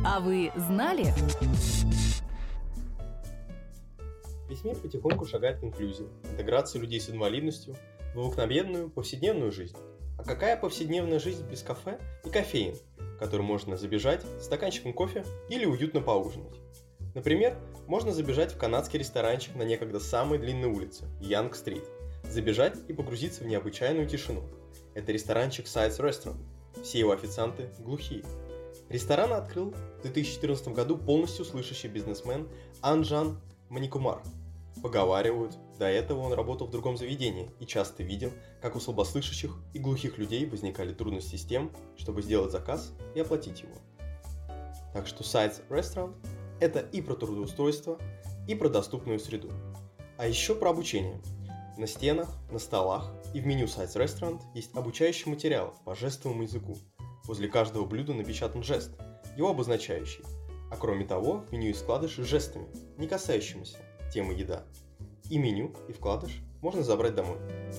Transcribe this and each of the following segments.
А вы знали? Весь мир потихоньку шагает к инклюзии, интеграции людей с инвалидностью в обыкновенную повседневную жизнь. А какая повседневная жизнь без кафе и кофеин, в который можно забежать с стаканчиком кофе или уютно поужинать? Например, можно забежать в канадский ресторанчик на некогда самой длинной улице – Янг-стрит, забежать и погрузиться в необычайную тишину. Это ресторанчик Sides Restaurant. Все его официанты глухие. Ресторан открыл в 2014 году полностью слышащий бизнесмен Анджан Маникумар. Поговаривают, до этого он работал в другом заведении и часто видел, как у слабослышащих и глухих людей возникали трудности с тем, чтобы сделать заказ и оплатить его. Так что Sides Restaurant – это и про трудоустройство, и про доступную среду. А еще про обучение. На стенах, на столах и в меню Sides Restaurant есть обучающий материал по жестовому языку. Возле каждого блюда напечатан жест, его обозначающий. А кроме того, в меню есть вкладыши с жестами, не касающимися темы еда. И меню, и вкладыш можно забрать домой.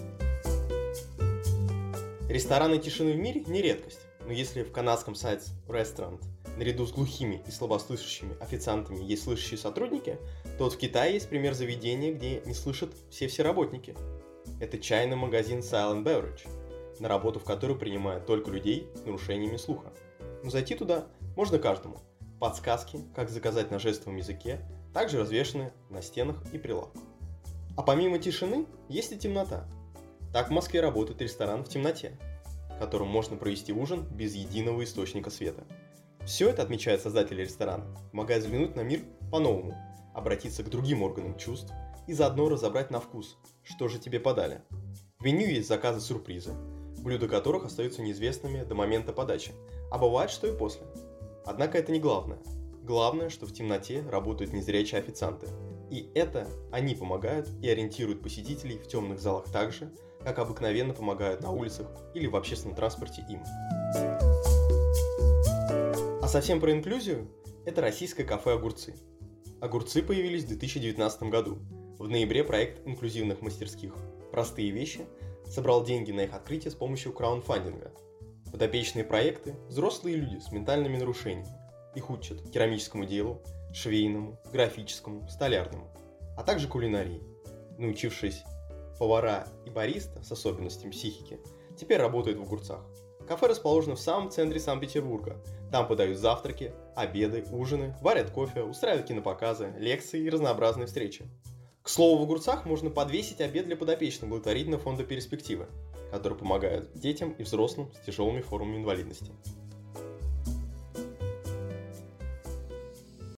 Рестораны тишины в мире не редкость, но если в канадском Sides Restaurant наряду с глухими и слабослышащими официантами есть слышащие сотрудники, то вот в Китае есть пример заведения, где не слышат все работники. Это чайный магазин Silent Beverage, на работу в который принимают только людей с нарушениями слуха. Но зайти туда можно каждому. Подсказки, как заказать на жестовом языке, также развешаны на стенах и прилавках. А помимо тишины, есть и темнота. Так в Москве работает ресторан в темноте, в котором можно провести ужин без единого источника света. Все это, отмечают создатели ресторана, помогает взглянуть на мир по-новому, обратиться к другим органам чувств и заодно разобрать на вкус, что же тебе подали. В меню есть заказы-сюрпризы, блюда которых остаются неизвестными до момента подачи, а бывает, что и после. Однако это не главное. Главное, что в темноте работают незрячие официанты. И это они помогают и ориентируют посетителей в темных залах так же, как обыкновенно помогают на улицах или в общественном транспорте им. А совсем про инклюзию – это российское кафе «Огурцы». «Огурцы» появились в 2019 году. В ноябре проект инклюзивных мастерских «Простые вещи» собрал деньги на их открытие с помощью краундфандинга. Подопечные проекты – взрослые люди с ментальными нарушениями. Их учат керамическому делу, швейному, графическому, столярному, а также кулинарии. Научившись, повара и бариста с особенностями психики теперь работают в «Огурцах». Кафе расположено в самом центре Санкт-Петербурга. Там подают завтраки, обеды, ужины, варят кофе, устраивают кинопоказы, лекции и разнообразные встречи. К слову, в «Огурцах» можно подвесить обед для подопечных благотворительного фонда «Перспективы», который помогает детям и взрослым с тяжелыми формами инвалидности.